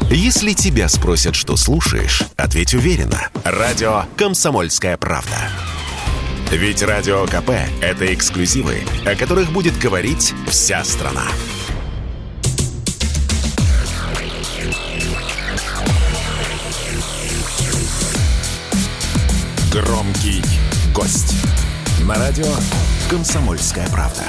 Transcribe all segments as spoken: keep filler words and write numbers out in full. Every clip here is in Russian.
Если тебя спросят, что слушаешь, ответь уверенно. Радио «Комсомольская правда». Ведь Радио КП – это эксклюзивы, о которых будет говорить вся страна. Громкий гость. На радио «Комсомольская правда».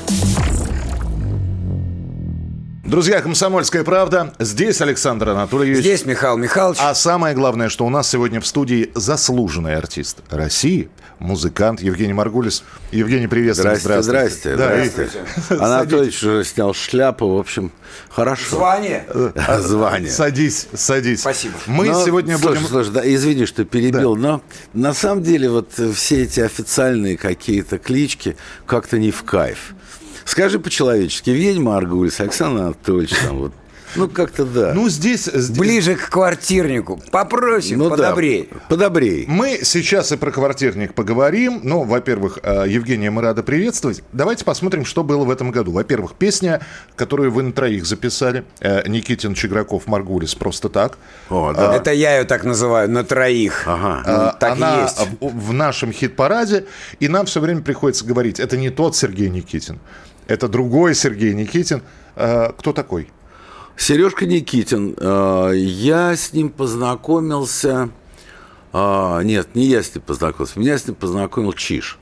Друзья, «Комсомольская правда». Здесь Александр Анатольевич. Здесь Михаил Михайлович. А самое главное, что у нас сегодня в студии заслуженный артист России, музыкант Евгений Маргулис. Евгений, приветствую. Здрасте, здрасте. Да, здрасте. И... Анатольевич уже снял шляпу, в общем, хорошо. Звание. Звание. Садись, садись. Спасибо. Мы но, сегодня слушай, будем... Слушай, да, извини, что перебил, да. но на самом деле вот все эти официальные какие-то клички как-то не в кайф. Скажи по-человечески, Евгений Маргулис, Александр Анатольевич, там вот, ну как-то да. Ну здесь, здесь... Ближе к квартирнику. Попросим, ну, подобрей. Да, подобрей. Мы сейчас и про квартирник поговорим. Ну, во-первых, Евгения мы рады приветствовать. Давайте посмотрим, что было в этом году. Во-первых, песня, которую вы на троих записали. Никитин, Чиграков, Маргулис, «Просто так». О, да. Это я ее так называю, на троих. Ага. Ну, так Она и есть. в, в нашем хит-параде. И нам все время приходится говорить, это не тот Сергей Никитин. Это другой Сергей Никитин. Кто такой? Сережка Никитин. Я с ним познакомился... Нет, не я с ним познакомился. Меня с ним познакомил Чиж.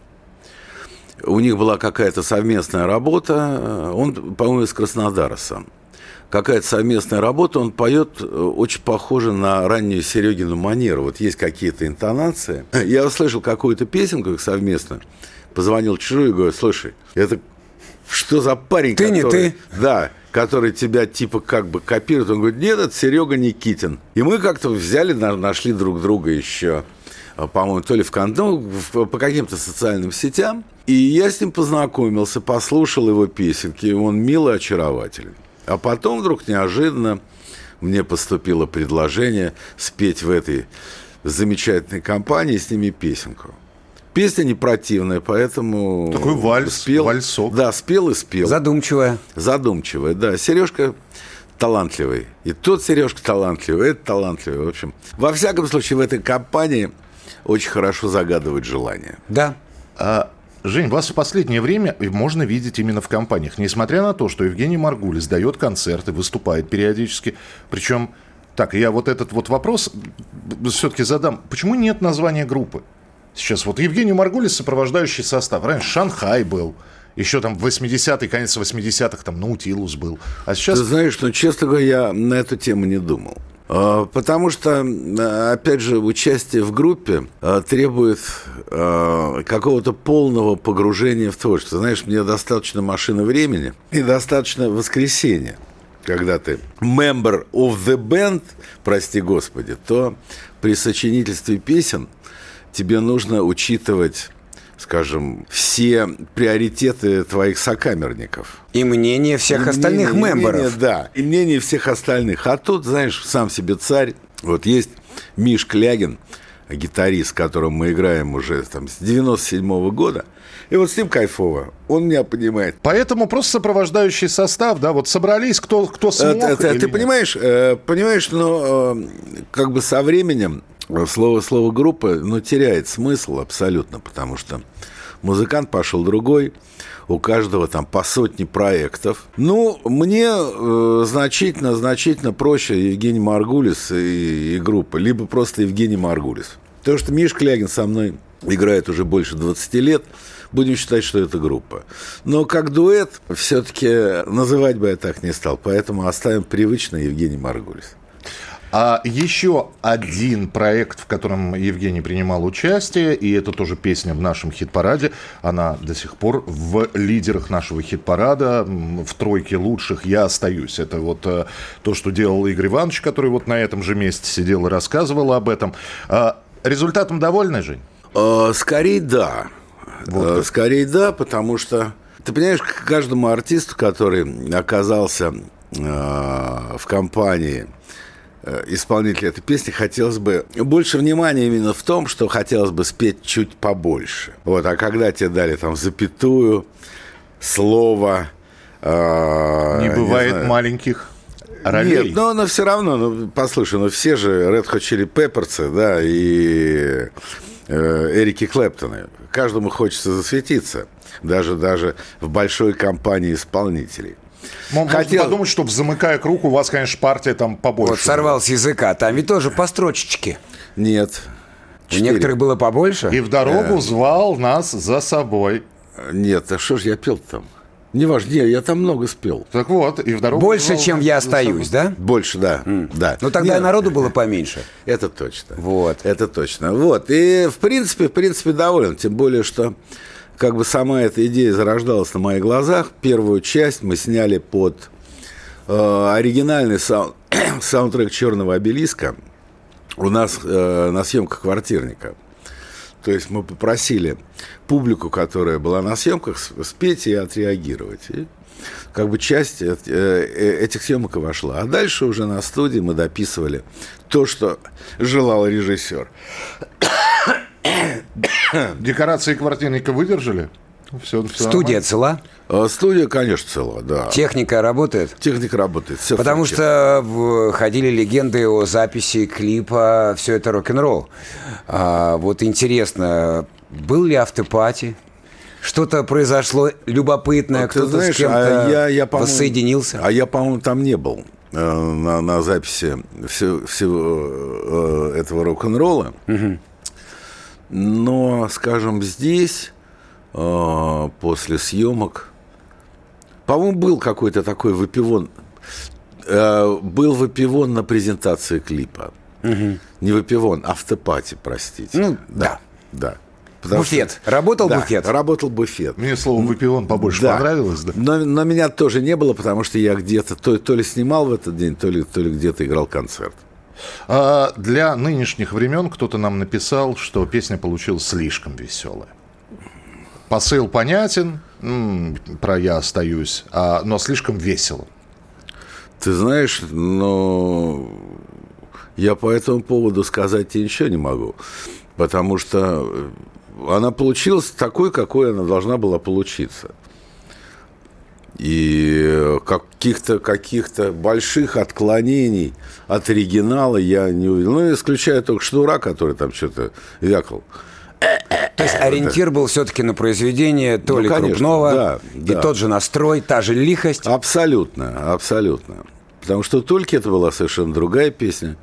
У них была какая-то совместная работа. Он, по-моему, из Краснодара сам. Какая-то совместная работа. Он поет очень похоже на раннюю Серегину манеру. Вот есть какие-то интонации. Я услышал какую-то песенку их совместно. Позвонил Чижу и говорю, слушай, это... Что за парень, ты который... не ты? Да, который тебя типа как бы копирует. Он говорит, нет, это Серега Никитин. И мы как-то взяли, нашли друг друга еще, по-моему, то ли в, ну, по каким-то социальным сетям. И я с ним познакомился, послушал его песенки. Он милый, очаровательный. А потом вдруг неожиданно мне поступило предложение спеть в этой замечательной компании с ними песенку. Песня не противная, поэтому... Такой вальс, спел, вальсок. Да, спел и спел. Задумчивая. Задумчивая, да. Сережка талантливый. И тот Сережка талантливый, это талантливый. В общем, во всяком случае, в этой компании очень хорошо загадывать желание. Да. А, Жень, вас в последнее время можно видеть именно в компаниях. Несмотря на то, что Евгений Маргулис дает концерты, выступает периодически. Причем, так, я вот этот вот вопрос все-таки задам. Почему нет названия группы? Сейчас вот Евгений Маргулис, сопровождающий состав. Раньше «Шанхай» был. Еще там в восьмидесятые, конец восьмидесятых, там «Наутилус» был. А сейчас... Ты знаешь, ну, честно говоря, я на эту тему не думал. Потому что, опять же, участие в группе требует какого-то полного погружения в творчество. Знаешь, мне достаточно машины времени и достаточно воскресенья. Когда ты member of the band, прости господи, то при сочинительстве песен тебе нужно учитывать, скажем, все приоритеты твоих сокамерников. И мнение всех и остальных мнение, мемберов. Мнение, да, и мнение всех остальных. А тут, знаешь, сам себе царь. Вот есть Миш Клягин, гитарист, с которым мы играем уже там, с девяносто седьмого года. И вот с ним кайфово. Он меня понимает. Поэтому просто сопровождающий состав, да, вот собрались, кто, кто смог. Это, это, ты понимаешь, э, понимаешь, но э, как бы со временем Слово, слово «группа», ну, теряет смысл абсолютно, потому что музыкант пошел другой, у каждого там по сотне проектов. Ну, мне э, значительно, значительно проще Евгений Маргулис и, и группа, либо просто Евгений Маргулис. Потому что Миш Клягин со мной играет уже больше двадцати лет, будем считать, что это группа. Но как дуэт все-таки называть бы я так не стал, поэтому оставим привычно Евгений Маргулис. А еще один проект, в котором Евгений принимал участие, и это тоже песня в нашем хит-параде, она до сих пор в лидерах нашего хит-парада, в тройке лучших «Я остаюсь». Это вот э, то, что делал Игорь Иванович, который вот на этом же месте сидел и рассказывал об этом. А результатом довольны, Жень? Э, скорее, да. Вот. Э, скорее, да, потому что, ты понимаешь, каждому артисту, который оказался э, в компании исполнителя этой песни, хотелось бы больше внимания именно в том, что хотелось бы спеть чуть побольше. Вот, а когда тебе дали там запятую, слово... Э, не бывает не маленьких ролей. Нет, но, но все равно, ну, послушай, ну все же Red Hot Chili Peppers, да, и э, Эрики Клэптоны. Каждому хочется засветиться, даже, даже в большой компании исполнителей. Можно Хотел... подумать, что, замыкая круг, у вас, конечно, партия там побольше. Вот сорвал с языка, там ведь тоже по строчечке. Нет. У некоторых было побольше. И в дорогу звал нас за собой. Нет, а что ж я пел там? Не важно, не, я там много спел. Так вот, и в дорогу Больше, звал чем нас я за остаюсь, собой. да? Больше, да. Mm. да. Ну тогда Нет, и народу было поменьше. Это точно. Вот. Это точно. Вот. И в принципе, в принципе, доволен. Тем более, что как бы сама эта идея зарождалась на моих глазах. Первую часть мы сняли под э, оригинальный сау- саундтрек «Черного обелиска» у нас э, на съемках «Квартирника». То есть мы попросили публику, которая была на съемках, спеть и отреагировать. И как бы часть этих съемок и вошла. А дальше уже на студии мы дописывали то, что желал режиссер. Декорации «Квартирника» выдержали? Все, все Студия цела? Студия, конечно, цела, да. Техника работает? Техника работает. Все Потому что в- ходили легенды о записи клипа «Все это рок-н-ролл». А, вот интересно, был ли автопати? Что-то произошло любопытное, Ты кто-то знаешь, с кем-то а я, я, по-моему, воссоединился? А я, по-моему, там не был э, на, на записи всего, всего э, этого рок-н-ролла. Угу. Но, скажем, здесь э, после съемок, по-моему, был какой-то такой выпивон. Э, был выпивон на презентации клипа. Угу. Не выпивон, автопати, простите. Ну, да. Да. Потому Буфет. что- Работал да, буфет? Работал буфет. Мне слово «выпивон» побольше Да. понравилось. Да? Но, но меня тоже не было, потому что я где-то то, то ли снимал в этот день, то ли, то ли где-то играл концерт. А для нынешних времен кто-то нам написал, что песня получилась слишком веселая. Посыл понятен, м, про «я остаюсь», а, но слишком весело. Ты знаешь, но я по этому поводу сказать тебе ничего не могу, потому что она получилась такой, какой она должна была получиться. И каких-то, каких-то больших отклонений от оригинала я не увидел. Ну, исключая только Шнура, который там что-то вякал. То есть ориентир был все-таки на произведение Толи Ну, конечно, Крупнова, да, и да. тот же настрой, та же лихость. Абсолютно, абсолютно. Потому что только это была совершенно другая песня.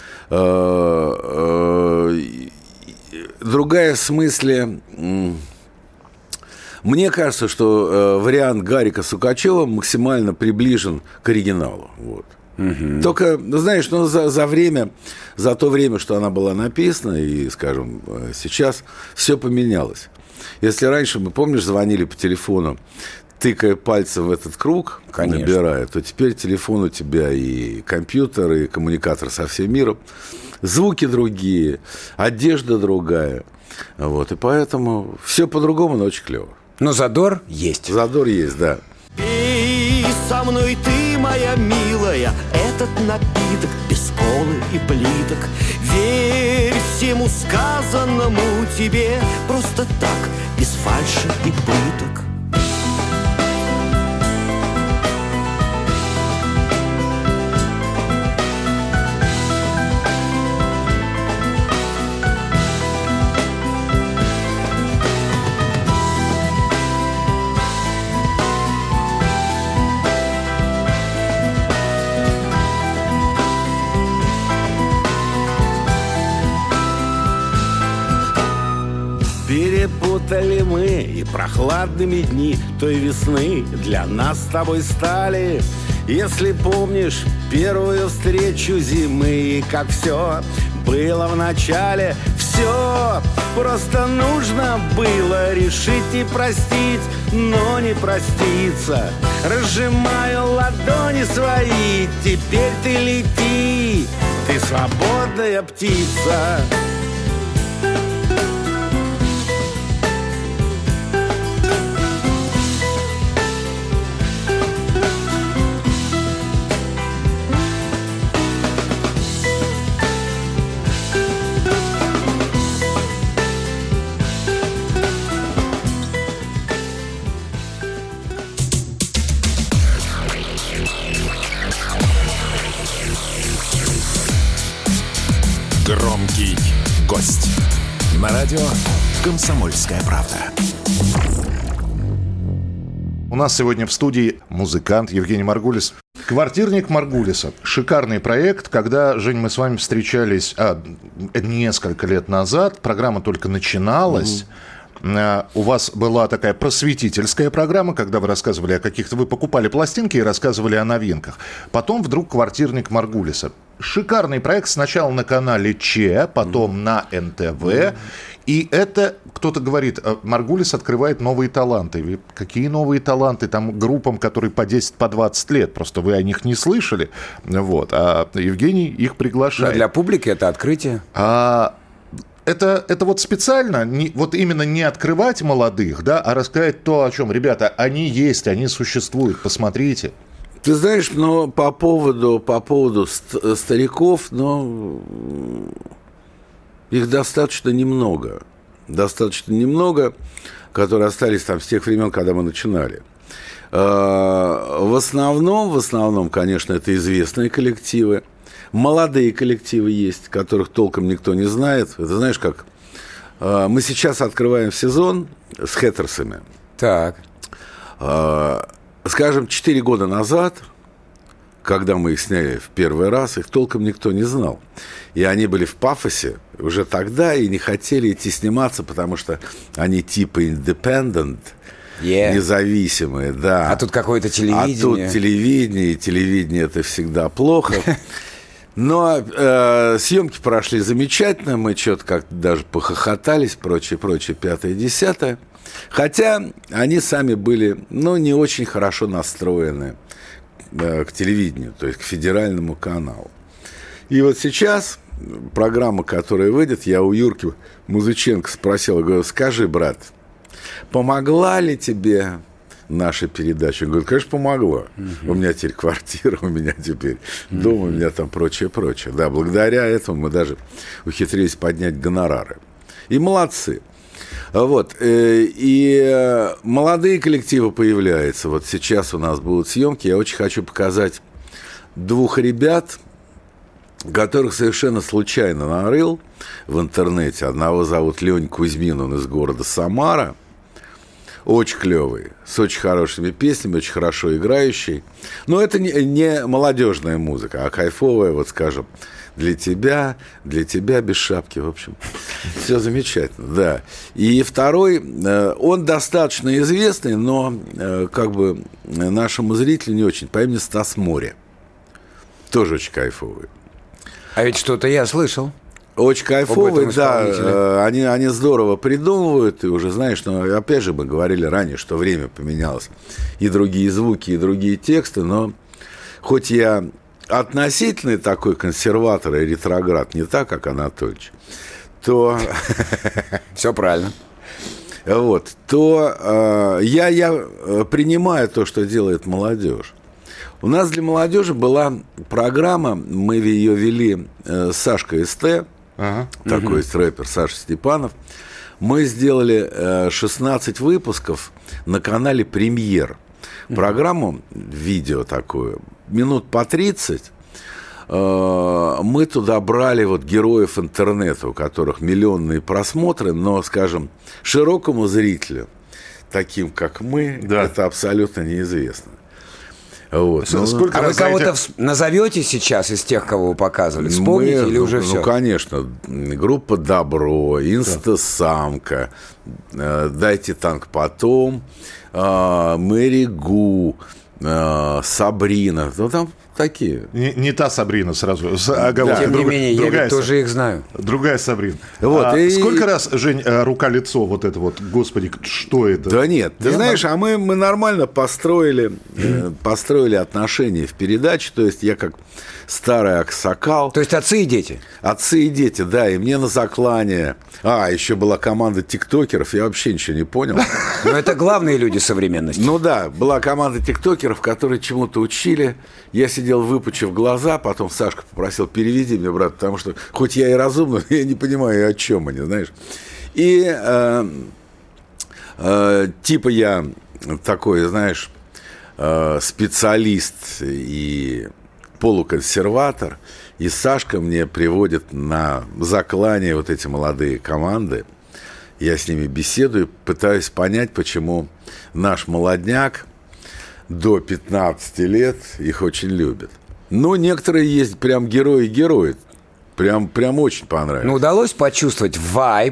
Э, э, Другая в смысле... м, Мне кажется, что э, вариант Гарика Сукачева максимально приближен к оригиналу. Вот. Угу. Только, ну, знаешь, ну, за, за время, за то время, что она была написана, и, скажем, э, сейчас все поменялось. Если раньше, мы, помнишь, звонили по телефону, тыкая пальцем в этот круг, Конечно. набирая, то теперь телефон у тебя и компьютер, и коммуникатор со всем миром. Звуки другие, одежда другая. Вот, и поэтому все по-другому, но очень клево. Но задор есть. Задор есть, да. Пей со мной ты, моя милая, этот напиток без колы и плиток. Верь всему сказанному тебе просто так, без фальши и пыток. Перепутали мы и прохладными дни той весны для нас с тобой стали. Если помнишь первую встречу зимы и как все было в начале, все просто нужно было решить и простить, но не проститься. Разжимаю ладони свои, теперь ты лети, ты свободная птица. Громкий гость. На радио «Комсомольская правда». У нас сегодня в студии музыкант Евгений Маргулис. «Квартирник Маргулиса». Шикарный проект. Когда, Жень, мы с вами встречались а, несколько лет назад, программа только начиналась. Mm-hmm. У вас была такая просветительская программа, когда вы рассказывали о каких-то... Вы покупали пластинки и рассказывали о новинках. Потом вдруг «Квартирник Маргулиса». Шикарный проект. Сначала на канале Че, потом mm-hmm. на эн тэ вэ. Mm-hmm. И это, кто-то говорит, Маргулис открывает новые таланты. Какие новые таланты? Там группам, которые по десять, по двадцать лет. Просто вы о них не слышали. Вот. А Евгений их приглашает. Но для публики это открытие. А... Это, это вот специально, не, вот именно не открывать молодых, да, а рассказать то, о чем, ребята, они есть, они существуют, посмотрите. Ты знаешь, но по поводу, по поводу ст- стариков, ну, их достаточно немного. Достаточно немного, которые остались там с тех времен, когда мы начинали. В основном, в основном, конечно, это известные коллективы. Молодые коллективы есть, которых толком никто не знает. Это знаешь как? Мы сейчас открываем сезон с Хэттерсами. Так. Скажем, четыре года назад, когда мы их сняли в первый раз, их толком никто не знал. И они были в пафосе уже тогда и не хотели идти сниматься, потому что они типа independent, yeah. независимые, да. А тут какое-то телевидение. А тут телевидение, и телевидение это всегда плохо. Но э, съемки прошли замечательно, мы что-то как-то даже похохотались, прочее, прочее, пятое, десятое. Хотя они сами были, ну, не очень хорошо настроены э, к телевидению, то есть к федеральному каналу. И вот сейчас программа, которая выйдет, я у Юрки Музыченко спросил, говорю, скажи, брат, помогла ли тебе наша передача? Он говорит, конечно, помогла. Угу. У меня теперь квартира, у меня теперь дом, угу. у меня там прочее, прочее. Да, благодаря этому мы даже ухитрились поднять гонорары. И молодцы. Вот. И молодые коллективы появляются. Вот сейчас у нас будут съемки. Я очень хочу показать двух ребят, которых совершенно случайно нарыл в интернете. Одного зовут Лёнь Кузьмин, он из города Самара. Очень клевый, с очень хорошими песнями, очень хорошо играющий. Но это не, не молодежная музыка, а кайфовая, вот скажем, для тебя, для тебя без шапки, в общем. Все замечательно, да. И второй, он достаточно известный, но как бы нашему зрителю не очень, по имени Стас Море. Тоже очень кайфовый. А ведь что-то я слышал. Очень кайфовые, да, они, они здорово придумывают, и уже, знаешь, но опять же мы говорили ранее, что время поменялось, и другие звуки, и другие тексты, но хоть я относительный такой консерватор и ретроград, не так, как Анатольевич, то... Все правильно. Вот, то я, я принимаю то, что делает молодежь. У нас для молодежи была программа, мы ее вели с Сашкой СТ, ага. такой угу. есть рэпер Саша Степанов. Мы сделали шестнадцать выпусков на канале «Премьер». Программу, видео такую, минут по тридцать. Мы туда брали вот героев интернета, у которых миллионные просмотры, но, скажем, широкому зрителю, таким как мы, да. это абсолютно неизвестно. Вот. Ну, Сколько а вы кого-то знаете... назовете сейчас из тех, кого вы показывали? Вспомните мы, или уже ну, все? Ну, конечно. Группа «Добро», «Инстасамка», да. «Дайте танк потом», «Мэри Гу», «Сабрина». Ну, там такие. Не, не та Сабрина сразу. Да. Тем не менее, я ведь тоже их знаю. Другая Сабрина. Вот, а и... Сколько раз, Жень, рука-лицо вот это вот, господи, что это? Да нет, ты знаешь, а мы, мы нормально построили, построили отношения в передаче, то есть я как старый аксакал. То есть отцы и дети? Отцы и дети, да, и мне на заклание. А, еще была команда тиктокеров, я вообще ничего не понял. Но это главные люди современности. Ну да, была команда тиктокеров, которые чему-то учили. Я сидел, выпучив глаза, потом Сашка попросил, переведи мне, брат, потому что хоть я и разумный, я не понимаю, о чем они, знаешь. И э, э, типа я такой, знаешь, э, специалист и полуконсерватор, и Сашка мне приводит на заклание вот эти молодые команды. Я с ними беседую, пытаюсь понять, почему наш молодняк до пятнадцати лет их очень любит. Но некоторые есть прям герои-герои. Прям, прям очень понравилось. Ну, удалось почувствовать вайб?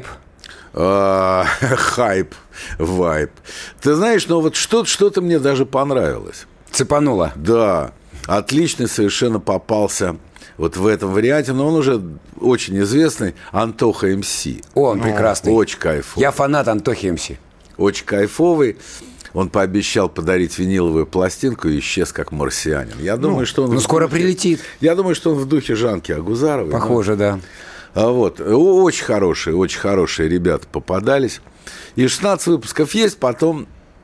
А, хайп, вайб. Ты знаешь, ну вот что-то, что-то мне даже понравилось. Цепануло? Да. Отличный совершенно попался вот в этом варианте, но он уже очень известный, Антоха МС. О, он прекрасный. Очень кайфовый. Я фанат Антохи МС. Очень кайфовый. Он пообещал подарить виниловую пластинку и исчез как марсианин. Я думаю, ну, что он... Ну, скоро духе, прилетит. Я думаю, что он в духе Жанки Агузаровой. Похоже, но... да. А вот. Очень хорошие, очень хорошие ребята попадались. И шестнадцать выпусков есть, потом,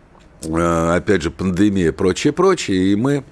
опять же, пандемия, прочее, прочее, и мы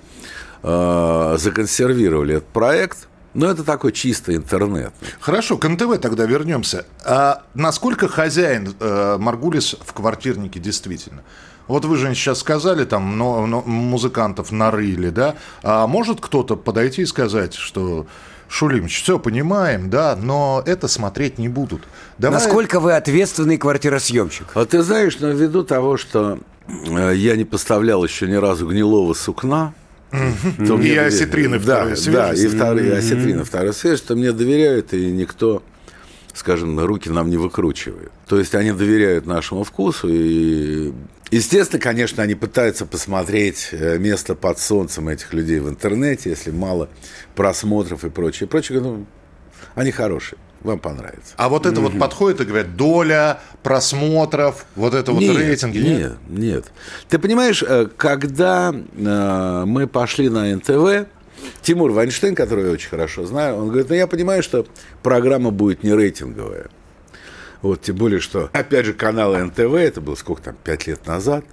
э, законсервировали этот проект. Но это такой чисто интернет. Хорошо, к эн тэ вэ тогда вернемся. А насколько хозяин э, Маргулис в квартирнике действительно? Вот вы же сейчас сказали, там но, но, музыкантов нарыли, да? А может кто-то подойти и сказать, что Шулимович, все понимаем, да, но это смотреть не будут. Давай... Насколько вы ответственный квартиросъемщик? А ты знаешь, но ввиду того, что я не поставлял еще ни разу гнилого сукна, Mm-hmm. И осетрины второй свежести. Да, и вторые осетрины второй свежести, то мне доверяют, и никто, скажем, руки нам не выкручивает. То есть они доверяют нашему вкусу, и, естественно, конечно, они пытаются посмотреть место под солнцем этих людей в интернете, если мало просмотров и прочее. Прочее, ну, они хорошие. Вам понравится. А вот это mm-hmm. вот подходит и говорят, доля просмотров, вот это нет, вот рейтинги? Нет, нет, нет. Ты понимаешь, когда э, мы пошли на эн тэ вэ, Тимур Вайнштейн, которого я очень хорошо знаю, он говорит, ну я понимаю, что программа будет не рейтинговая. Вот, тем более, что, опять же, канал эн тэ вэ, это было сколько там, пять лет назад,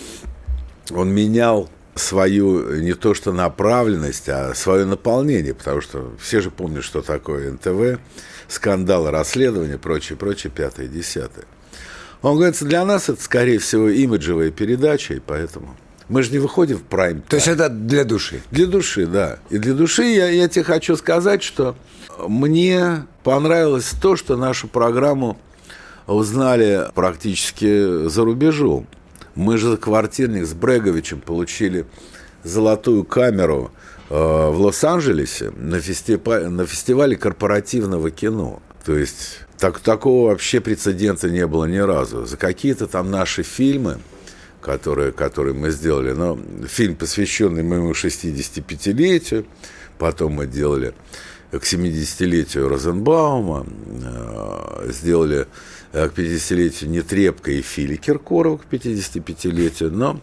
он менял свою не то что направленность, а свое наполнение, потому что все же помнят, что такое эн тэ вэ, скандалы, расследования, прочее, прочее, пятое, десятое. Он говорит, для нас это, скорее всего, имиджевая передача, и поэтому мы же не выходим в прайм. То есть это для души? Для души, да. И для души я, я тебе хочу сказать, что мне понравилось то, что нашу программу узнали практически за рубежом. Мы же за «Квартирник» с Бреговичем получили золотую камеру э, в Лос-Анджелесе на, фестивале, на фестивале корпоративного кино. То есть так, такого вообще прецедента не было ни разу. За какие-то там наши фильмы, которые, которые мы сделали, но фильм, посвященный моему шестидесятипятилетию, потом мы делали к семидесятилетию Розенбаума, э, сделали к пятидесятилетию Нетребко и Фили Киркорова, к пятидесятипятилетию, но,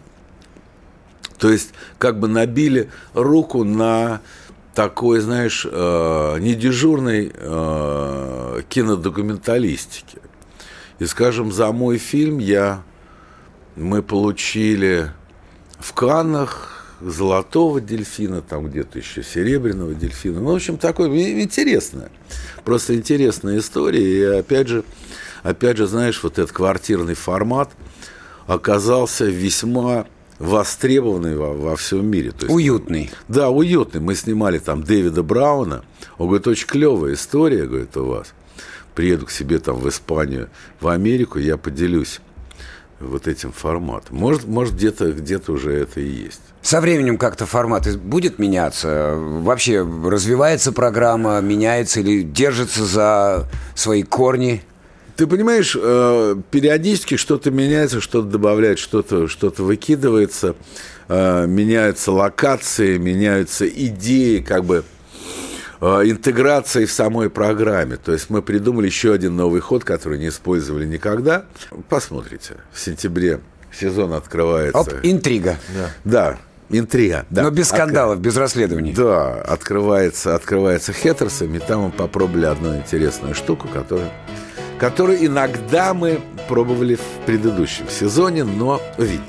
то есть, как бы набили руку на такой, знаешь, э, недежурной э, кинодокументалистике. И, скажем, за мой фильм я, мы получили в Каннах золотого дельфина, там где-то еще серебряного дельфина. Ну, в общем, такое интересное, просто интересная история. И, опять же, Опять же, знаешь, вот этот квартирный формат оказался весьма востребованный во, во всем мире. То есть, уютный. Да, уютный. Мы снимали там Дэвида Брауна. Он говорит, очень клевая история, говорит, у вас. Приеду к себе там в Испанию, в Америку, я поделюсь вот этим форматом. Может, может где-то, где-то уже это и есть. Со временем как-то формат будет меняться? Вообще развивается программа, меняется или держится за свои корни? Ты понимаешь, периодически что-то меняется, что-то добавляется, что-то, что-то выкидывается, меняются локации, меняются идеи, как бы интеграции в самой программе. То есть мы придумали еще один новый ход, который не использовали никогда. Посмотрите, в сентябре сезон открывается. Оп, интрига. Да, да. Интрига, да. Но без скандалов, От... без расследований. Да, открывается, открывается Хеттерсом, и там мы попробовали одну интересную штуку, которая... который иногда мы пробовали в предыдущем сезоне, но увидите.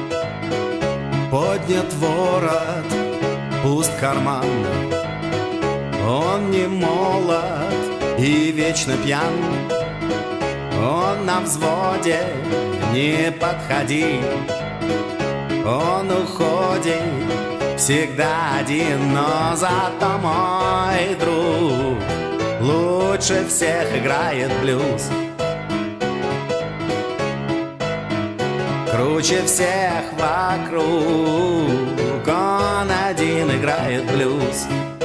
Поднят ворот, пуст карман, он не молод и вечно пьян, он на взводе, не подходи, он уходит в всегда один, но зато мой друг лучше всех играет блюз. Круче всех вокруг, он один играет блюз.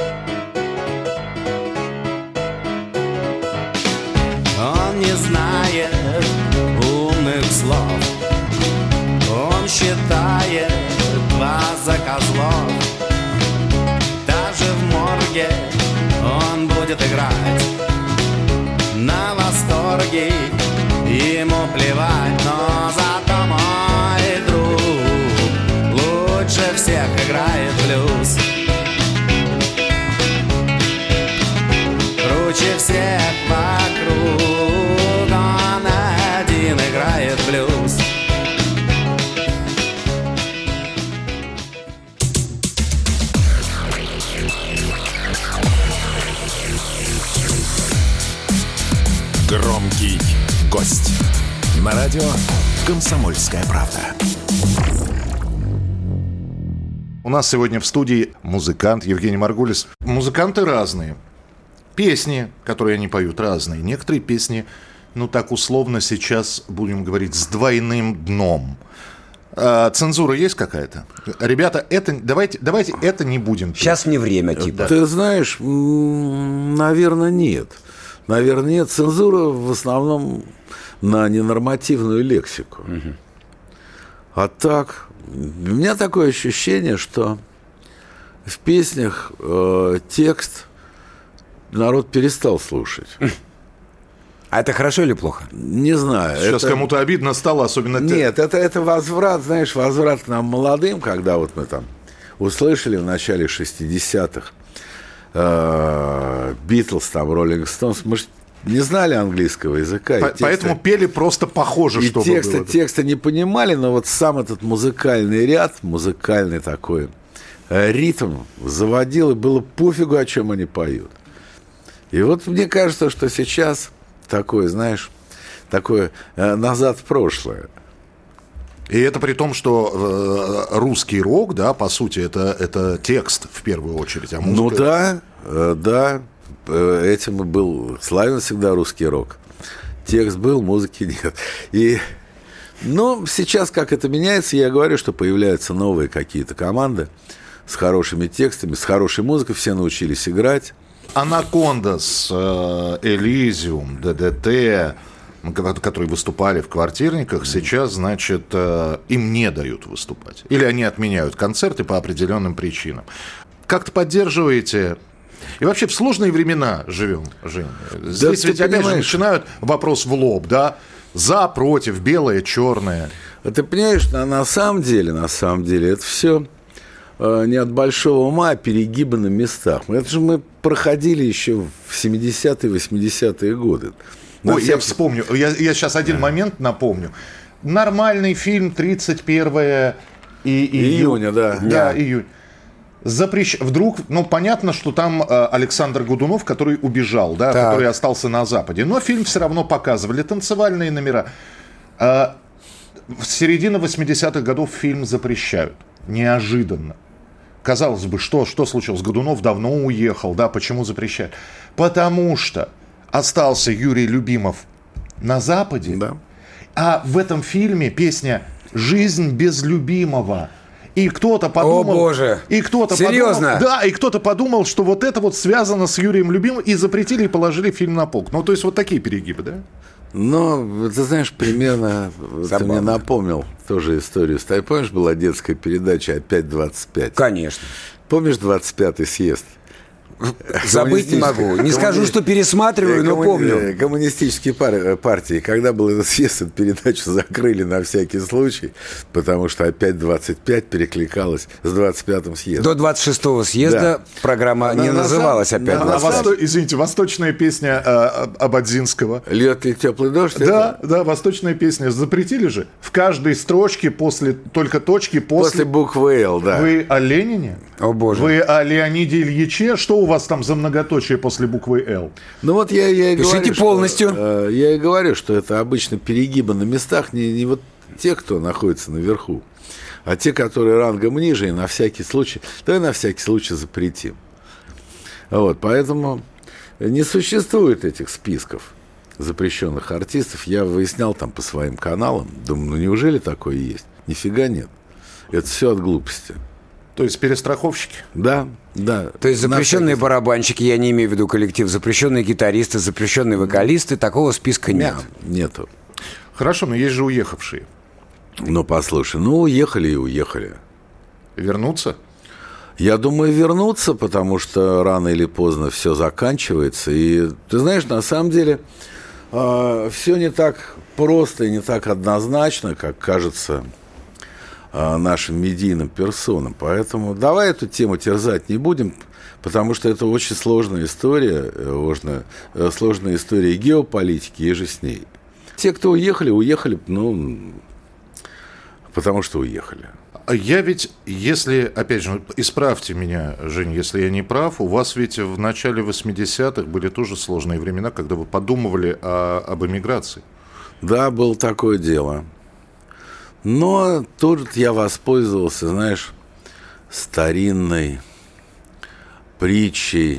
Он не знает умных слов, он считает вас за козлов. Даже в морге он будет играть на восторге, ему плевать, но зато мой друг лучше всех играет блюз. Круче всех вокруг, он один играет блюз. Громкий гость. На радио «Комсомольская правда». У нас сегодня в студии музыкант Евгений Маргулис. Музыканты разные. Песни, которые они поют, разные. Некоторые песни, ну так условно сейчас будем говорить, с двойным дном. А цензура есть какая-то? Ребята, это давайте, давайте это не будем петь. Сейчас не время, типа. Да. Ты знаешь, наверное, нет. Наверное, нет. Цензура в основном на ненормативную лексику. Угу. А так, у меня такое ощущение, что в песнях э, текст народ перестал слушать. А это хорошо или плохо? Не знаю. Сейчас это... кому-то обидно стало, особенно... Нет, это, это возврат, знаешь, возврат к нам молодым, когда вот мы там услышали в начале шестидесятых Битлз, там, Роллинг Стоунс, мы же не знали английского языка. По- текста, поэтому пели просто похоже, и чтобы текста, было. текста не понимали, но вот сам этот музыкальный ряд, музыкальный такой ритм заводил, и было пофигу, о чем они поют. И вот мне кажется, что сейчас такое, знаешь, такое назад в прошлое. И это при том, что э, русский рок, да, по сути, это, это текст в первую очередь. А музыка... Ну да, э, да, э, этим и был славен всегда русский рок. Текст был, музыки нет. И, ну, сейчас как это меняется, я говорю, что появляются новые какие-то команды с хорошими текстами, с хорошей музыкой, все научились играть. Анакондас, Элизиум, ДДТ, которые выступали в квартирниках, сейчас, значит, им не дают выступать. Или они отменяют концерты по определенным причинам. Как-то поддерживаете... И вообще в сложные времена живем, Жень. Здесь да, ведь опять понимаешь... же начинают вопрос в лоб, да? За, против, белое, черное. А ты понимаешь, на, на самом деле, на самом деле, это все э, не от большого ума, а перегибы на местах. Это же мы проходили еще в семидесятые, восьмидесятые годы. На Ой, всяких... я вспомню. Я, я сейчас один момент напомню. Нормальный фильм тридцать первое и, июня, да. Да, yeah. июнь. Запрещ... Вдруг, ну, понятно, что там э, Александр Годунов, который убежал, да, так. который остался на Западе. Но фильм все равно показывали, танцевальные номера. Э, в середине восьмидесятых годов фильм запрещают. Неожиданно. Казалось бы, что, что случилось? Годунов давно уехал, да, почему запрещают? Потому что остался Юрий Любимов на Западе, да. А в этом фильме песня «Жизнь без любимого». И кто-то подумал... О, Боже! И кто-то Серьезно? Подумал, да, и кто-то подумал, что вот это вот связано с Юрием Любимым, и запретили, и положили фильм на полку. Ну, то есть вот такие перегибы, да? Ну, ты знаешь, примерно... Ты мне напомнил тоже историю. Помнишь, была детская передача «Опять двадцать пять»? Конечно. Помнишь двадцать пятый съезд? Забыть не могу. Не скажу, что пересматриваю, но помню. Коммунистические пар- партии, когда был этот съезд, эту передачу закрыли на всякий случай, потому что опять двадцать пять перекликалось с двадцать пятым съездом. До двадцать шестого съезда да. программа на, не на, называлась на, опять. На, восто... Извините, восточная песня э, Ободзинского. «Льет ли теплый дождь?» Да, это? да, восточная песня. Запретили же. В каждой строчке после, только точки после... После буквы «Л», да. Вы о Ленине? О, Боже. Вы о Леониде Ильиче? Что у вас там за многоточие после буквы «Л»? Ну вот я, я и Пишите говорю, полностью. Что, э, я и говорю, что это обычно перегибы на местах. Не, не вот те, кто находится наверху. А те, которые рангом ниже, и на всякий случай, давай на всякий случай запретим. Вот, поэтому не существует этих списков запрещенных артистов. Я выяснял там по своим каналам. Думаю, ну неужели такое есть? Нифига нет. Это все от глупости. То есть перестраховщики? Да, да. То есть запрещенные барабанщики, я не имею в виду коллектив, запрещенные гитаристы, запрещенные вокалисты, такого списка нет. Нету. Хорошо, но есть же уехавшие. Ну, послушай, ну, уехали и уехали. Вернуться? Я думаю, вернуться, потому что рано или поздно все заканчивается. И, ты знаешь, на самом деле, э, все не так просто и не так однозначно, как кажется э, нашим медийным персонам. Поэтому давай эту тему терзать не будем, потому что это очень сложная история, сложная, сложная история геополитики, и же с ней. Те, кто уехали, уехали, ну... Потому что уехали. Я ведь, если, опять же, исправьте меня, Жень, если я не прав, у вас ведь в начале восьмидесятых были тоже сложные времена, когда вы подумывали о, об эмиграции. Да, было такое дело. Но тут я воспользовался, знаешь, старинной притчей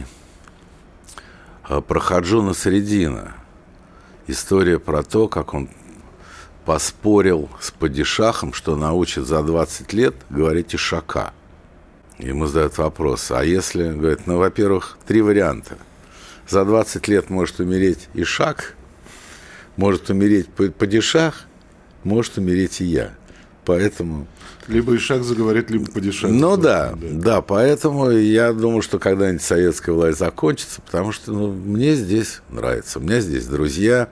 про Хаджуна Средина. История про то, как он поспорил с падишахом, что научит за двадцать лет говорить ишака. Ему задают вопрос, а если, говорит, ну, во-первых, три варианта. За двадцать лет может умереть ишак, может умереть падишах, может умереть и я. Поэтому... Либо ишак заговорит, либо падишах. Ну да, да, да, поэтому я думаю, что когда-нибудь советская власть закончится, потому что ну, мне здесь нравится, у меня здесь друзья.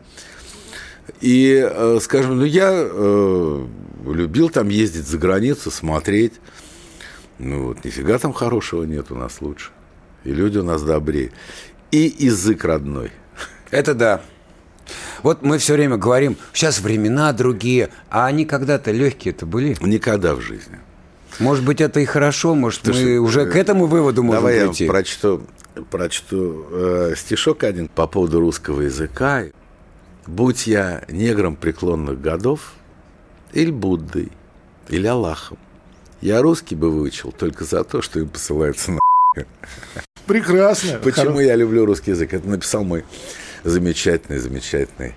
И, э, скажем, ну, я э, любил там ездить за границу, смотреть. Ну, вот, нифига там хорошего нет, у нас лучше. И люди у нас добрее. И язык родной. Это да. Вот мы все время говорим, сейчас времена другие, а они когда-то легкие-то были? Никогда в жизни. Может быть, это и хорошо, может, Слушай, мы уже к этому выводу можем давай прийти. Давай я прочту, прочту э, стишок один по поводу русского языка. «Будь я негром преклонных годов, или Буддой, или Аллахом, я русский бы выучил только за то, что им посылается на». Прекрасно. Почему Хоро... я люблю русский язык? Это написал мой замечательный, замечательный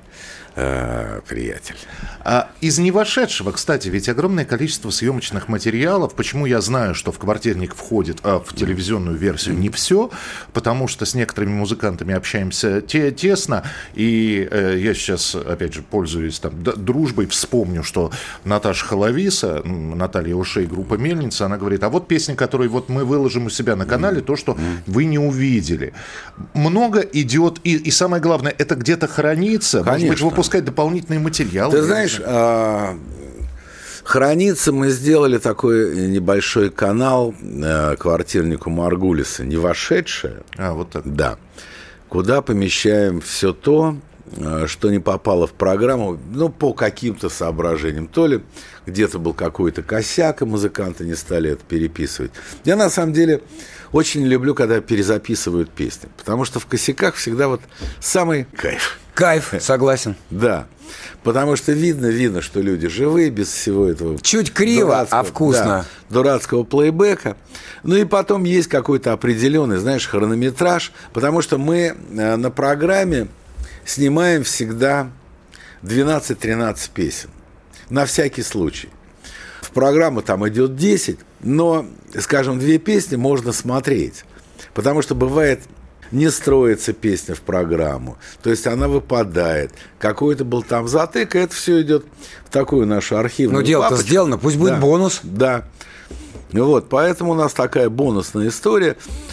э, приятель. А из невошедшего, кстати, ведь огромное количество съемочных материалов. Почему я знаю, что в «Квартирник» входит а в телевизионную версию не все, потому что с некоторыми музыкантами общаемся те, тесно. И э, я сейчас, опять же, пользуюсь там, д- дружбой, вспомню, что Наташа Холовиса, Наталья Ушей, группа «Мельница», она говорит, а вот песни, которые вот мы выложим у себя на канале, то, что вы не увидели. Много идет, и, и самое главное, это где-то хранится. Конечно. Может быть, выпускать дополнительные материалы. Ты знаешь, а, хранится, мы сделали такой небольшой канал а, «Квартирнику Маргулиса», не вошедшее. А, вот так. Да. Куда помещаем все то, что не попало в программу, ну, по каким-то соображениям. То ли где-то был какой-то косяк, и музыканты не стали это переписывать. Я, на самом деле, очень люблю, когда перезаписывают песни, потому что в косяках всегда вот самый кайф. Кайф, согласен. Да, потому что видно, видно, что люди живые, без всего этого... Чуть криво, а вкусно. Да, дурацкого плейбека. Ну и потом есть какой-то определенный, знаешь, хронометраж, потому что мы на программе снимаем всегда двенадцать-тринадцать песен. На всякий случай. В программу там идет десять, но, скажем, две песни можно смотреть. Потому что бывает... Не строится песня в программу, то есть она выпадает. Какой-то был там затык, и это все идет в такую нашу архивную. Ну, дело-то папочку. сделано, пусть будет да, бонус. Да. Вот, поэтому у нас такая бонусная история.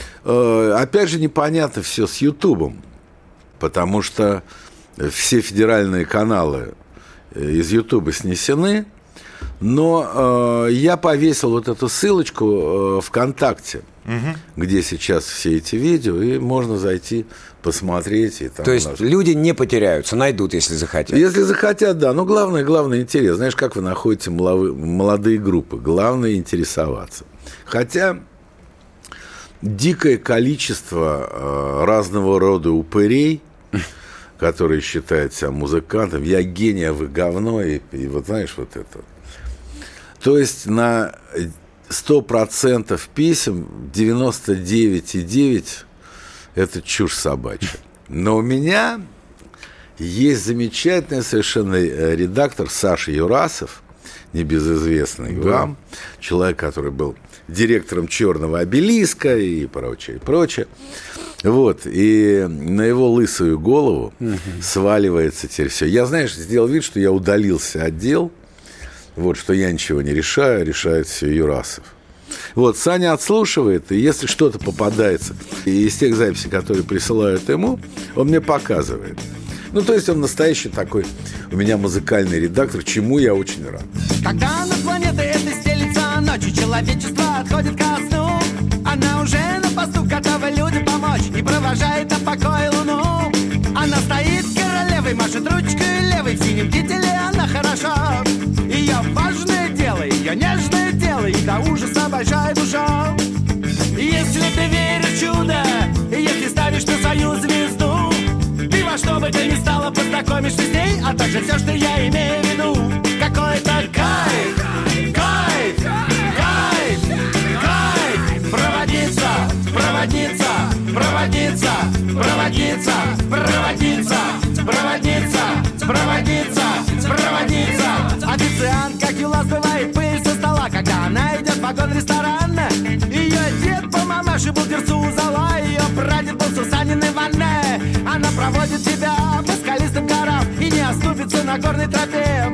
Э, опять же, непонятно все с Ютубом, потому что все федеральные каналы из Ютуба снесены, но э, я повесил вот эту ссылочку э, ВКонтакте, угу. где сейчас все эти видео, и можно зайти, посмотреть. И там То есть нас... люди не потеряются, найдут, если захотят. Если захотят, да. Но главное, главное интерес. Знаешь, как вы находите молодые группы? Главное интересоваться. Хотя дикое количество э, разного рода упырей который считает себя музыкантом, я гений, а вы говно, и, и вот знаешь, вот это. То есть на сто процентов писем девяносто девять целых девять десятых это чушь собачья. Но у меня есть замечательный совершенно редактор Саша Юрасов, небезызвестный да. вам, человек, который был директором «Черного обелиска» и прочее, и прочее. Вот, и на его лысую голову угу. сваливается теперь все. Я, знаешь, сделал вид, что я удалился от дел, вот, что я ничего не решаю, решает все Юрасов. Вот, Саня отслушивает, и если что-то попадается из тех записей, которые присылают ему, он мне показывает. Ну, то есть он настоящий такой у меня музыкальный редактор, чему я очень рад. Когда над планетой этой стелится ночью, человечество отходит ко сну. Она уже на посту, готова людям помочь, и провожает на покой луну. Она стоит королевой, машет ручкой левой, в синем кителе она хороша. Ее важное дело, ее нежное дело, и до ужаса большая душа. Если ты веришь в чудо, если ставишь на свою звезду, ты во что бы ты ни стала познакомишься с ней, а также все, что я имею в виду. Какой-то кайф, кайф, кайф, кайф. Проводиться, проводиться, проводиться, проводиться, проводиться, проводиться, проводиться, проводиться. Официант, как юла, сбывает пыль со стола, когда она идет в вагон-ресторан. Ее дед по мамаше был дерцу у зала, ее прадед был Сусанин Иване. Она проводит тебя по скалистым горам и не оступится на горной тропе.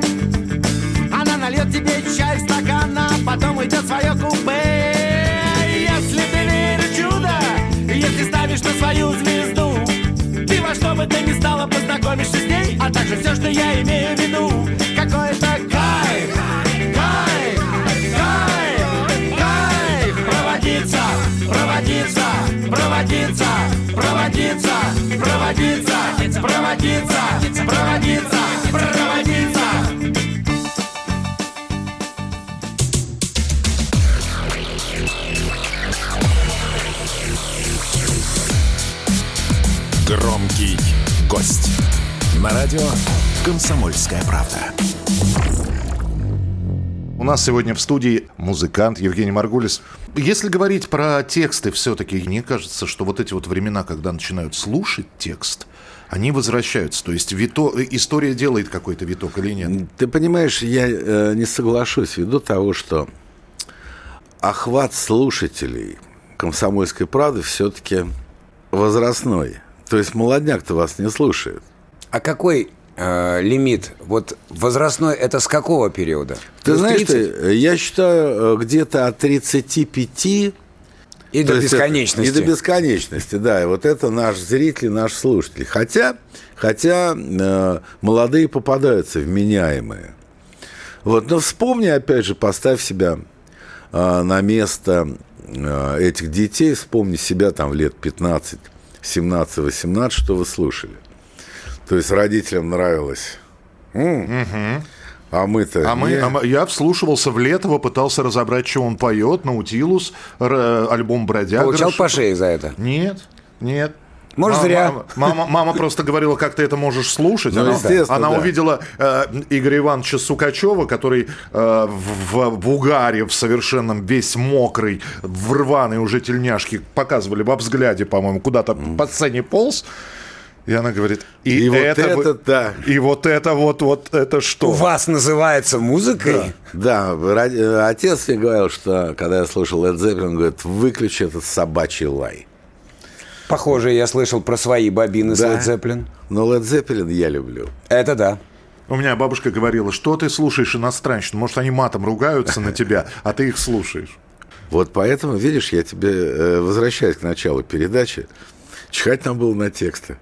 Она нальет тебе чай в стакан, а потом уйдет в свое купе. Если ты веришь в чудо, если ставишь на свою звезду, ты во что бы ты ни стала познакомишься с ней, а также все, что я имею в виду. Какой-то кайф, кайф, кайф, кайф. Проводиться, проводиться, проводиться, проводиться, проводиться, проводиться, проводиться, проводиться. Громкий гость. На радио «Комсомольская правда». У нас сегодня в студии музыкант Евгений Маргулис. Если говорить про тексты, все-таки мне кажется, что вот эти вот времена, когда начинают слушать текст, они возвращаются. То есть вито... история делает какой-то виток или нет? Ты понимаешь, я э, не соглашусь ввиду того, что охват слушателей «Комсомольской правды» все-таки возрастной. То есть молодняк-то вас не слушает. А какой э, лимит? Вот возрастной, это с какого периода? Ты Плюс знаешь, тридцать? я считаю, где-то от тридцати пяти... И до бесконечности. Это, и до бесконечности, да. И вот это наш зритель, наш слушатель. Хотя, хотя э, молодые попадаются, вменяемые. Вот, но вспомни, опять же, поставь себя э, на место э, этих детей, вспомни себя там в лет пятнадцать, семнадцать, восемнадцать, что вы слушали. То есть родителям нравилось. М-м. Угу. А мы-то... А мы, а мы, я вслушивался в Летова, пытался разобрать, что он поет. «Наутилус», р, альбом «Бродяга». Получал по шее за это? Нет, нет. Может, мама, зря. Мама, мама, мама просто говорила, как ты это можешь слушать. Ну, она естественно, она да. увидела э, Игоря Ивановича Сукачева, который э, в, в, в угаре, в совершенном, весь мокрый, в рваной уже тельняшке, показывали во взгляде, по-моему, куда-то mm. по сцене полз. И она говорит, и, и это, вот это, да. И вот это вот, вот это что? У вас называется музыкой? Да, да. Отец мне говорил, что когда я слушал Led Zeppelin, он говорит, выключи этот собачий лай. Похоже, я слышал про свои бобины с Да. Led Zeppelin. Но Led Zeppelin я люблю. Это да. У меня бабушка говорила, что ты слушаешь иностранщину? Может, они матом ругаются на тебя, а ты их слушаешь. Вот поэтому, видишь, я тебе э, возвращаюсь к началу передачи. Чихать нам было на тексты.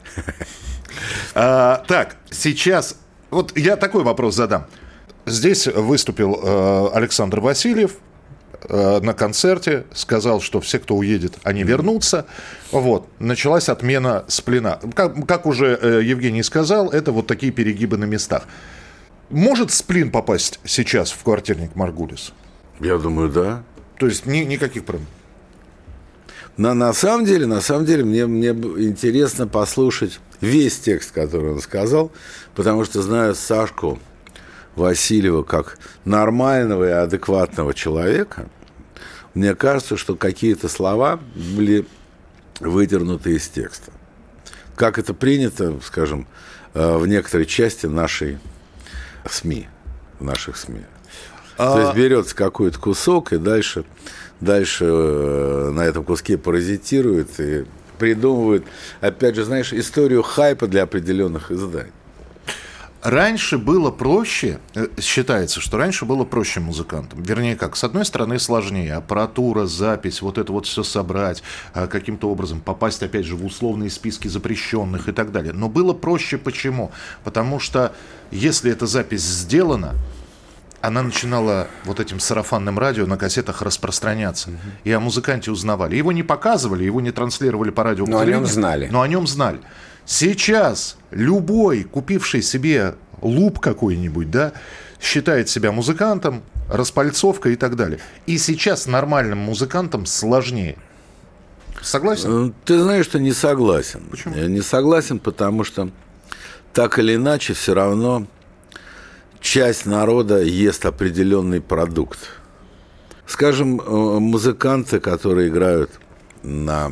А, так, сейчас... Вот я такой вопрос задам. Здесь выступил э, Александр Васильев э, на концерте. Сказал, что все, кто уедет, они вернутся. Вот. Началась отмена сплина. Как, как уже э, Евгений сказал, это вот такие перегибы на местах. Может сплин попасть сейчас в квартирник Маргулис? Я думаю, да. То есть ни, никаких проблем? На, на самом деле, на самом деле, мне, мне интересно послушать весь текст, который он сказал, потому что знаю Сашку Васильева как нормального и адекватного человека. Мне кажется, что какие-то слова были выдернуты из текста. Как это принято, скажем, в некоторой части нашей СМИ, наших СМИ. А... То есть берется какой-то кусок и дальше, дальше на этом куске паразитирует и придумывает, опять же, знаешь, историю хайпа для определенных изданий. Раньше было проще, считается, что раньше было проще музыкантам. Вернее, как, с одной стороны, сложнее. Аппаратура, запись, вот это вот все собрать, каким-то образом попасть, опять же, в условные списки запрещенных и так далее. Но было проще почему? Потому что, если эта запись сделана, она начинала вот этим сарафанным радио на кассетах распространяться. Mm-hmm. И о музыканте узнавали. Его не показывали, его не транслировали по радио. Но о нем знали. Но о нем знали. Сейчас любой, купивший себе луп какой-нибудь, да, считает себя музыкантом, распальцовка и так далее. И сейчас нормальным музыкантам сложнее. Согласен? Ты знаешь, что не согласен. Почему? Я не согласен, потому что так или иначе все равно часть народа ест определенный продукт. Скажем, музыканты, которые играют на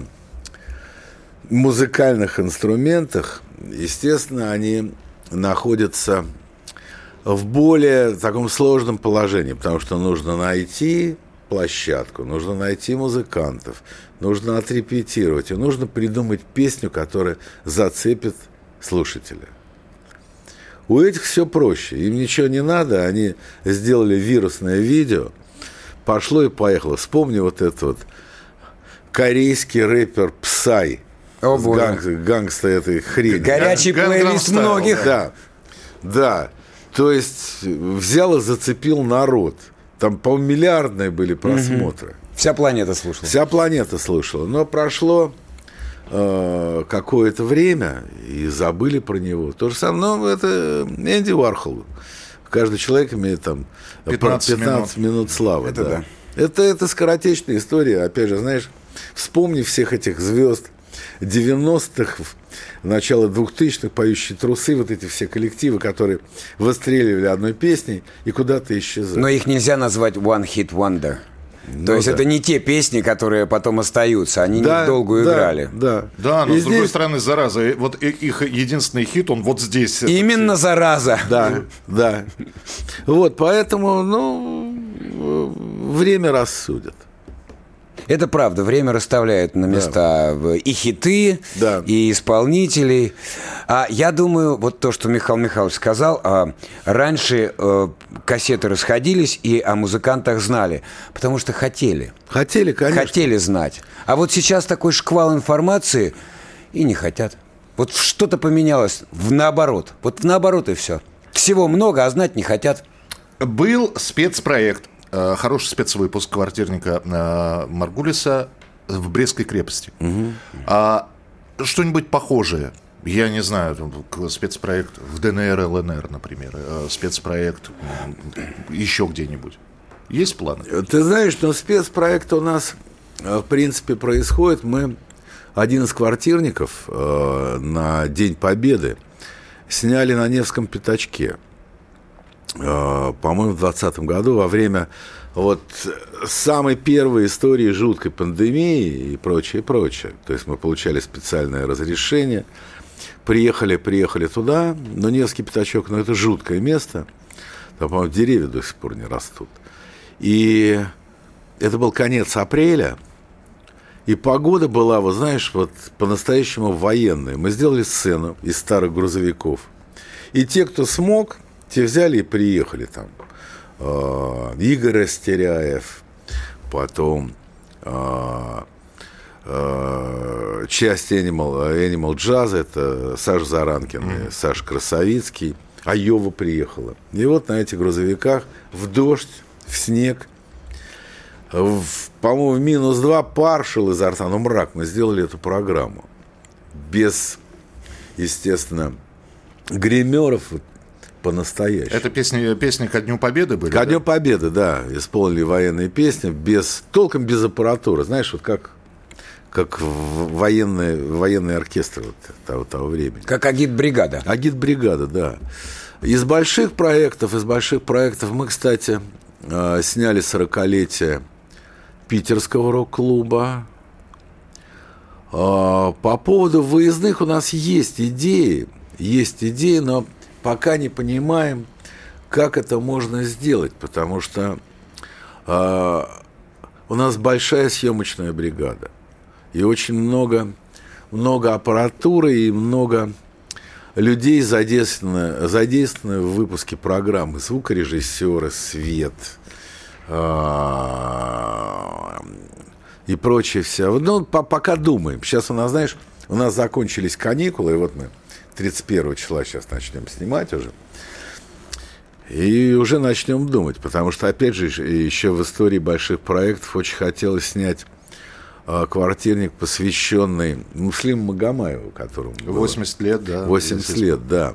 музыкальных инструментах, естественно, они находятся в более таком сложном положении, потому что нужно найти площадку, нужно найти музыкантов, нужно отрепетировать, и нужно придумать песню, которая зацепит слушателя. У этих все проще, им ничего не надо, они сделали вирусное видео, пошло и поехало. Вспомни вот этот вот корейский рэпер Psy. О, ганг, гангста этой хрени. Горячий Ган- плейлист Гангнам многих. Да, да. То есть взял и зацепил народ. Там, по-моему, миллиардные были просмотры. Угу. Вся планета слушала. Вся планета слушала. Но прошло э, какое-то время, и забыли про него. То же самое, ну, это Энди Уорхол. Каждый человек имеет там пятнадцать, пятнадцать минут. минут славы. Это да. да. Это, это скоротечная история. Опять же, знаешь, вспомни всех этих звезд девяностых, начало двухтысячных, поющие трусы, вот эти все коллективы, которые выстреливали одной песней и куда-то исчезали. Но их нельзя назвать one hit wonder. Ну, То есть да. это не те песни, которые потом остаются, они да, недолго да, играли. Да, Да, но и с другой здесь... стороны, зараза, вот их единственный хит, он вот здесь. Именно этот... зараза. Да, да. Вот, поэтому, ну, время рассудит. Это правда, время расставляет на места да. и хиты, да. и исполнителей. А я думаю, вот то, что Михаил Михайлович сказал, а, раньше а, кассеты расходились и о музыкантах знали, потому что хотели. Хотели, конечно. Хотели знать. А вот сейчас такой шквал информации и не хотят. Вот что-то поменялось в наоборот. Вот в наоборот и все. Всего много, а знать не хотят. Был спецпроект. Хороший спецвыпуск квартирника Маргулиса в Брестской крепости. Угу. А что-нибудь похожее? Я не знаю, спецпроект в ДНР, ЛНР, например, спецпроект еще где-нибудь. Есть планы? Ты знаешь, что спецпроект у нас, в принципе, происходит. Мы один из квартирников э, на День Победы сняли на Невском пятачке. По-моему, в двадцатом году, во время вот самой первой истории жуткой пандемии и прочее, прочее. То есть мы получали специальное разрешение, приехали, приехали туда, но Невский пятачок, ну, это жуткое место, там, по-моему, деревья до сих пор не растут. И это был конец апреля, и погода была, вот знаешь, вот по-настоящему военная. Мы сделали сцену из старых грузовиков, и те, кто смог... Те взяли и приехали там. Э, Игорь Растеряев, потом э, э, часть Animal, Animal Jazz, это Саша Заранкин, mm-hmm. Саша Красовицкий, Айова приехала. И вот на этих грузовиках в дождь, в снег, в, по-моему, в минус два пар шел изо рта, ну мрак, мы сделали эту программу. Без, естественно, гримеров, по-настоящему. Это песни, песни ко Дню Победы были? Ко Дню да? Победы, да. Исполнили военные песни, без, толком без аппаратуры. Знаешь, вот как, как военный, военный оркестр вот того, того времени. Как агитбригада. Агитбригада, да. Из больших проектов, из больших проектов мы, кстати, сняли сорокалетие питерского рок-клуба. По поводу выездных у нас есть идеи, есть идеи, но пока не понимаем, как это можно сделать, потому что у нас большая съемочная бригада. И очень много, много аппаратуры и много людей задействовано, задействовано в выпуске программы. Звукорежиссеры, свет и прочее все. Ну, по- пока думаем. Сейчас у нас, знаешь, у нас закончились каникулы, и вот мы тридцать первого числа сейчас начнем снимать уже. И уже начнем думать, потому что, опять же, еще в истории больших проектов очень хотелось снять квартирник, посвященный Муслиму Магомаеву, которому было восемьдесят лет, да. восемьдесят лет, да.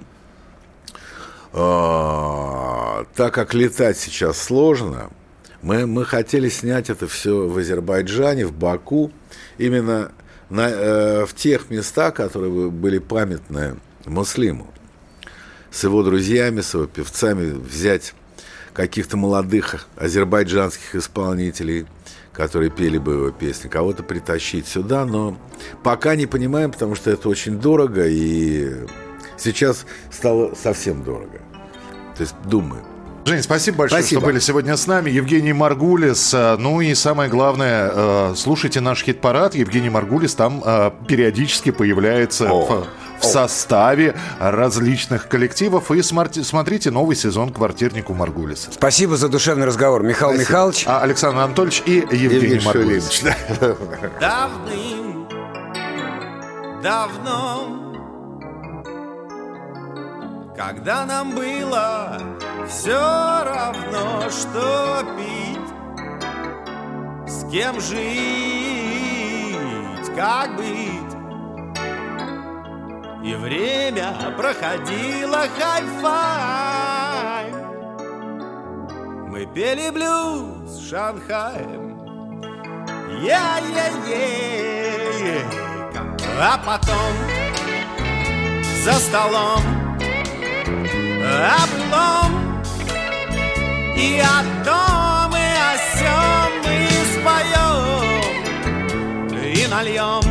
А, так как летать сейчас сложно, мы, мы хотели снять это все в Азербайджане, в Баку, именно на, э, в тех местах, которые были памятны Муслиму. С его друзьями, с его певцами, взять каких-то молодых азербайджанских исполнителей, которые пели бы его песни, кого-то притащить сюда, но пока не понимаем, потому что это очень дорого, и сейчас стало совсем дорого. То есть думаем. Жень, спасибо большое, Спасибо. что были сегодня с нами. Евгений Маргулис. Ну и самое главное, слушайте наш хит-парад. Евгений Маргулис там периодически появляется в, в составе различных коллективов. И смотрите новый сезон «Квартирнику Маргулиса». Спасибо за душевный разговор, Михаил Спасибо. Михайлович. А Александр Анатольевич и Евгений, Евгений Маргулис. Шулевич. Давным, давно, когда нам было все равно, что пить, с кем жить, как быть, и время проходило хай-фай. Мы пели блюз Шанхаем, е-е-е, а потом за столом облом, и о том, и о сём мы споем и нальем,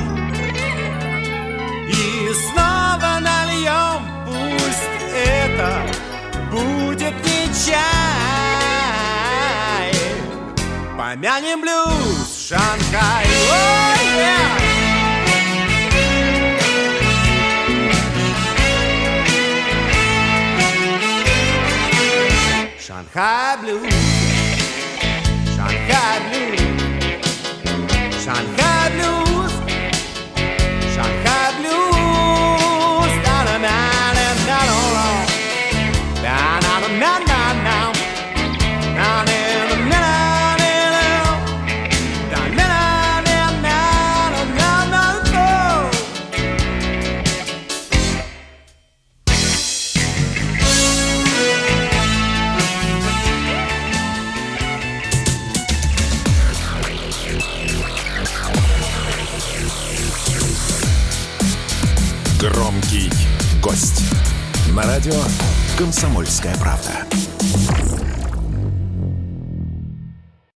и снова нальем. Пусть это будет не чай, помянем блюз Шанхай. Ой, yeah! Shanghai Blues, Shanghai Blues, Shanghai Blues, Shanghai Blues, down a man and down a road, down on a man, down, down, down in a man, down, down, down, down, down, down, down. Громкий гость. На радио «Комсомольская правда».